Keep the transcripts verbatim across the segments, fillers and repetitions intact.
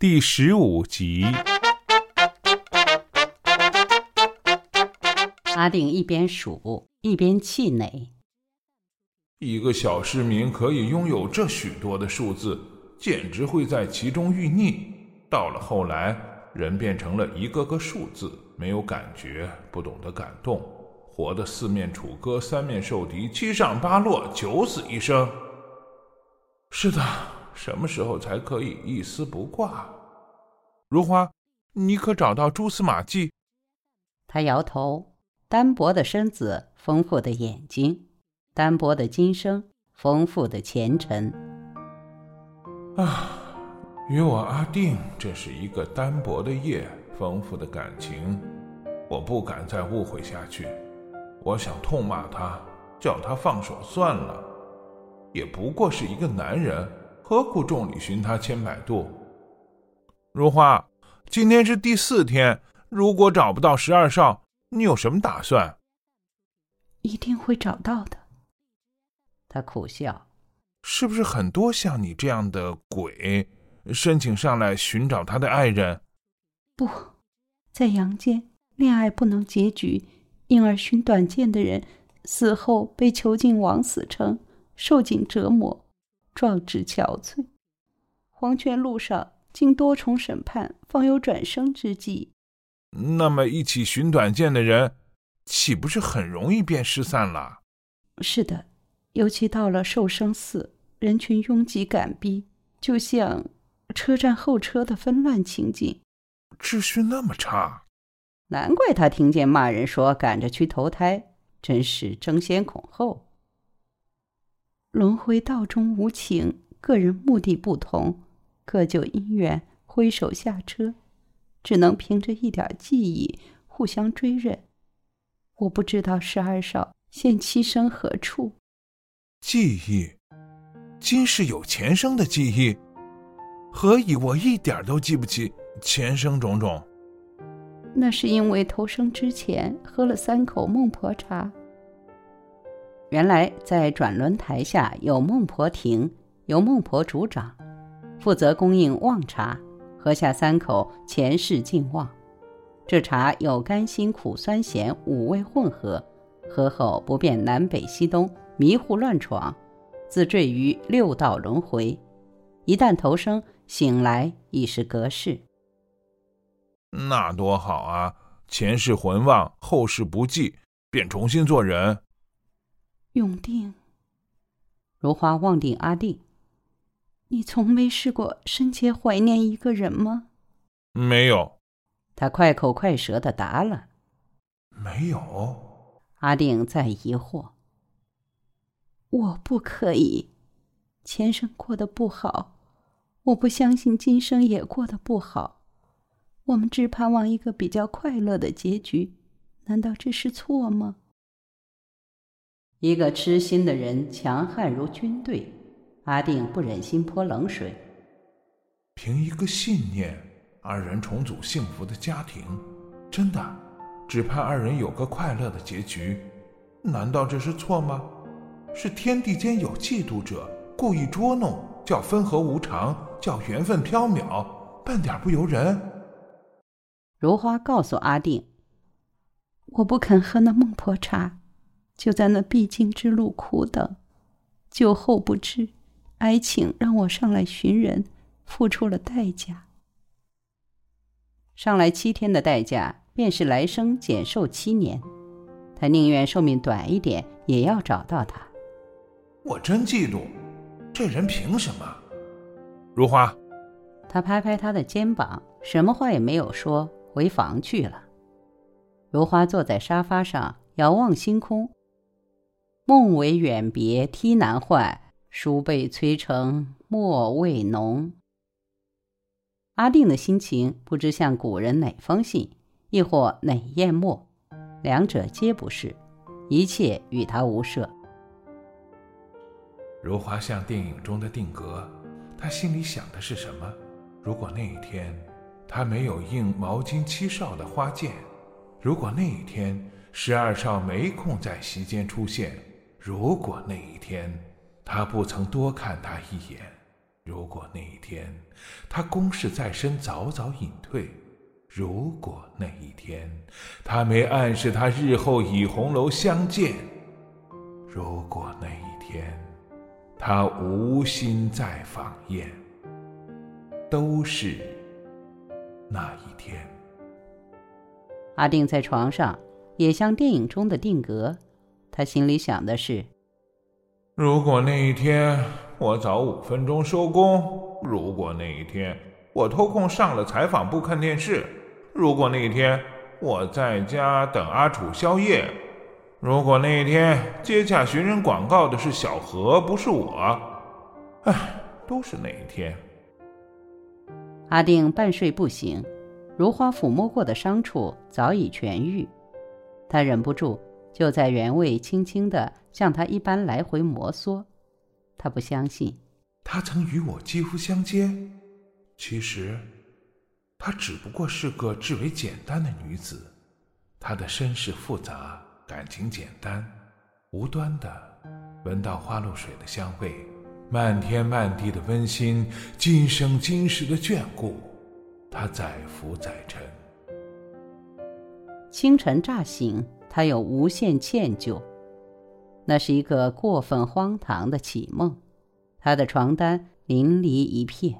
第十五集。 阿定一边数一边气馁， 一个小市民可以拥有这许多的数字，简直会在其中遇溺。到了后来，人变成了一个个数字，没有感觉，不懂得感动，活得四面楚歌，三面受敌，七上八落，九死一生。是的，什么时候才可以一丝不挂？如花，你可找到蛛丝马迹？ 他摇头，单薄的身子，丰富的眼睛，单薄的今生，丰富的前尘。 啊，与我阿定，这是一个单薄的业，丰富的感情。我不敢再误会下去，我想痛骂他，叫他放手算了。也不过是一个男人，何苦众里寻他千百度？如花，今天是第四天，如果找不到十二少，你有什么打算？ 一定会找到的。 他苦笑， 是不是很多像你这样的鬼申请上来寻找他的爱人？ 不，在阳间，恋爱不能结局，因而寻短见的人死后被囚禁枉死城，受尽折磨，壮志憔悴。黄泉路上经多重审判，方有转生之机。 那么一起寻短见的人，岂不是很容易便失散了？ 是的，尤其到了寿生寺，人群拥挤赶逼，就像车站候车的纷乱情景。 秩序那么差， 难怪他听见骂人说赶着去投胎，真是争先恐后。 轮回道中无情，个人目的不同，各就因缘，挥手下车，只能凭着一点记忆互相追认。我不知道十二少现栖身何处。 记忆，今世有前生的记忆，何以我一点都记不起前生种种？ 那是因为投生之前喝了三口孟婆茶。 原来在转轮台下有孟婆亭，由孟婆主掌，负责供应旺茶，喝下三口，前世尽忘。这茶有甘辛苦酸咸五味混合，喝后不辨南北西东，迷糊乱闯，自坠于六道轮回。一旦投生，醒来已是隔世。 那多好啊，前世魂忘，后世不记，便重新做人。 永定， 如花望定阿定， 你从没试过深切怀念一个人吗？ 没有。 他快口快舌地答了。 没有。 阿定在疑惑。 我不可以，前生过得不好，我不相信今生也过得不好。我们只盼望一个比较快乐的结局，难道这是错吗？ 一个痴心的人强悍如军队，阿定不忍心泼冷水。 凭一个信念，二人重组幸福的家庭，真的只盼二人有个快乐的结局，难道这是错吗？是天地间有嫉妒者，故意捉弄，叫分合无常，叫缘分缥缈，半点不由人。 如花告诉阿定， 我不肯喝那孟婆茶，就在那必经之路苦等，酒后不知，哀请让我上来寻人，付出了代价。 上来七天的代价，便是来生减寿七年。他宁愿寿命短一点，也要找到他。 我真嫉妒，这人凭什么？如花， 他拍拍他的肩膀，什么话也没有说，回房去了。如花坐在沙发上，遥望星空。梦为远别梯难换，书被催成墨未浓。阿定的心情不知像古人哪封信，亦或哪页墨，两者皆不是，一切与他无涉。 如花像电影中的定格，他心里想的是什么？如果那一天他没有应毛巾七少的花箭，如果那一天十二少没空在席间出现，如果那一天他不曾多看他一眼， 如果那一天他攻势在身，早早隐退；如果那一天他没暗示他日后以红楼相见；如果那一天他无心再访宴，都是那一天。 阿定在床上也像电影中的定格，他心里想的是， 如果那一天我早五分钟收工，如果那一天我偷空上了采访部看电视，如果那一天我在家等阿楚宵夜，如果那一天接洽寻人广告的是小何不是我，唉，都是那一天。 阿定半睡不醒，如花抚摸过的伤处早已痊愈，他忍不住就在原位轻轻地像他一般来回摩挲。他不相信他曾与我肌肤相接，其实她只不过是个至为简单的女子，她的身世复杂，感情简单，无端的闻到花露水的香味，漫天漫地的温馨，今生今世的眷顾，她载浮载沉。 清晨乍醒，他有无限歉疚，那是一个过分荒唐的启梦，他的床单淋漓一片。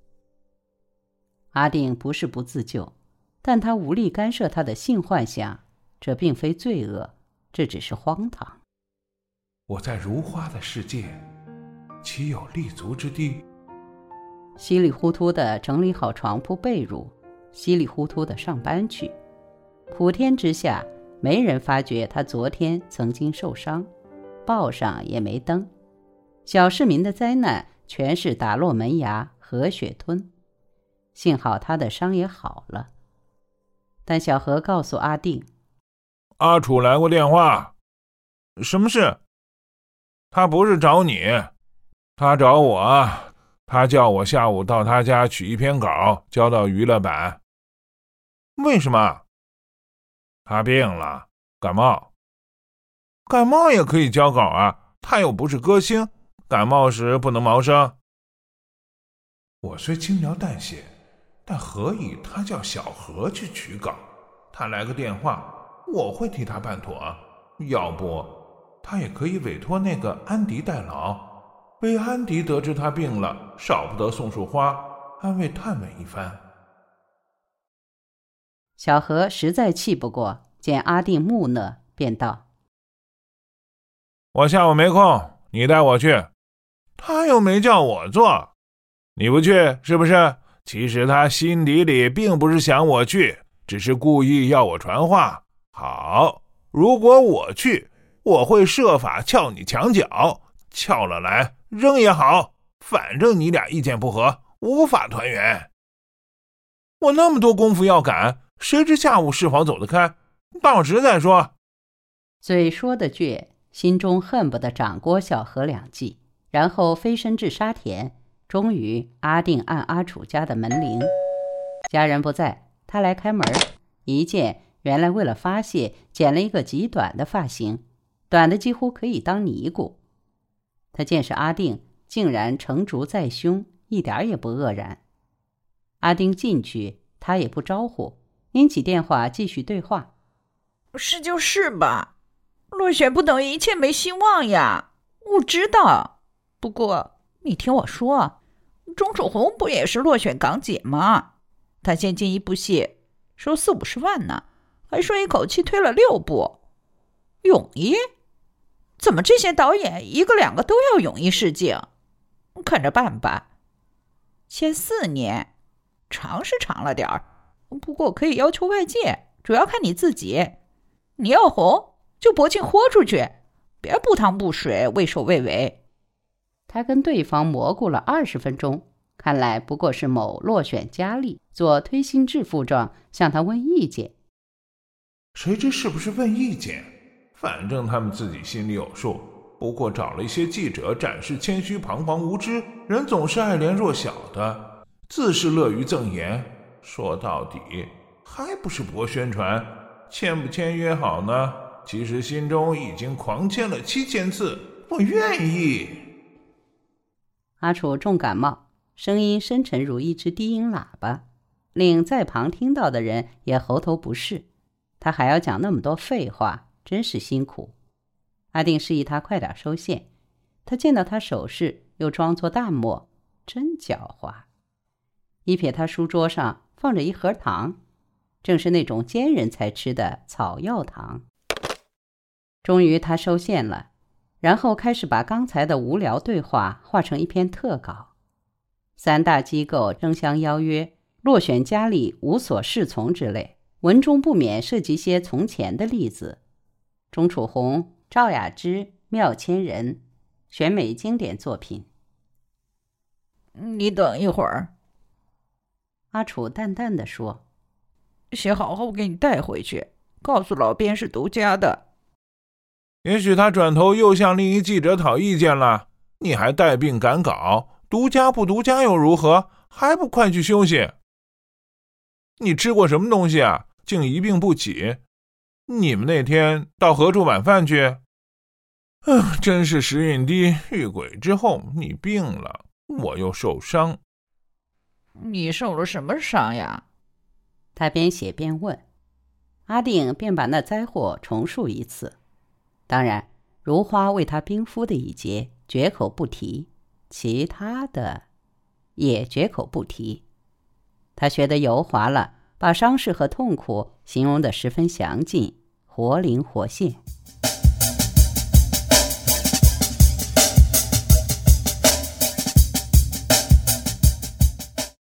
阿定不是不自救，但他无力干涉他的性幻想，这并非罪恶，这只是荒唐。 我在如花的世界，岂有立足之地？ 稀里糊涂地整理好床铺被褥，稀里糊涂地上班去。普天之下，没人发觉他昨天曾经受伤，报上也没登。小市民的灾难全是打落门牙，和血吞。幸好他的伤也好了。但小何告诉阿定， 阿楚来过电话。什么事？他不是找你，他找我，他叫我下午到他家取一篇稿交到娱乐版。为什么？他病了，感冒。感冒也可以交稿啊，他又不是歌星，感冒时不能毛声。我虽轻描淡写，但何以他叫小何去取稿？他来个电话，我会替他办妥。要不他也可以委托那个安迪代劳，为安迪得知他病了，少不得送束花，安慰探问一番。 小何实在气不过，见阿定木讷，便道， 我下午没空，你带我去。他又没叫我做，你不去是不是？其实他心底里并不是想我去，只是故意要我传话。好，如果我去，我会设法撬你墙角，撬了来扔也好，反正你俩意见不合，无法团圆。我那么多功夫要赶，谁知下午是否走得开，到时再说。 嘴说的倔，心中恨不得掌掴小何两记，然后飞身至沙田。终于阿定按阿楚家的门铃，家人不在，他来开门，一见原来为了发泄剪了一个极短的发型，短的几乎可以当尼姑。他见是阿定，竟然成竹在胸，一点也不愕然。阿定进去，他也不招呼，拎起电话继续对话。 是就是吧，落选不等于一切没希望呀，我知道。不过你听我说，钟楚红不也是落选港姐吗？她先进一部戏收四五十万呢，还说一口气推了六部。泳衣？怎么这些导演一个两个都要泳衣试镜？看着办吧。签四年，长是长了点儿，不过可以要求外界，主要看你自己。你要红，就脖颈豁出去，别不汤不水，畏首畏尾。 他跟对方蘑菇了二十分钟，看来不过是某落选佳丽做推心置腹状向他问意见。 谁知是不是问意见？反正他们自己心里有数，不过找了一些记者展示谦虚彷徨无知，人总是爱怜弱小的，自是乐于赠言。说到底还不是博宣传，签不签约好呢？其实心中已经狂签了七千次，我愿意。 阿楚重感冒， 声音深沉如一只低音喇叭，令在旁听到的人也喉头不适。他还要讲那么多废话，真是辛苦。阿定示意他快点收线，他见到他手势，又装作淡漠，真狡猾。一瞥他书桌上放着一盒糖，正是那种奸人才吃的草药糖。终于他收线了，然后开始把刚才的无聊对话画成一篇特稿。三大机构争相邀约，落选家里无所适从之类，文中不免涉及些从前的例子。钟楚红、赵雅芝、妙千人，选美经典作品。 你等一会儿， 阿楚淡淡地说， 写好后给你带回去，告诉老编是独家的。 也许他转头又向另一记者讨意见了，你还带病赶稿，独家不独家又如何？还不快去休息？你吃过什么东西啊？竟一病不起？你们那天到何处晚饭去？啊，真是时运低，遇鬼之后你病了，我又受伤。 你受了什么伤呀？ 他边写边问。阿定便把那灾祸重述一次。当然，如花为他冰敷的一节绝口不提，其他的也绝口不提。他学得油滑了，把伤势和痛苦形容得十分详尽，活灵活现。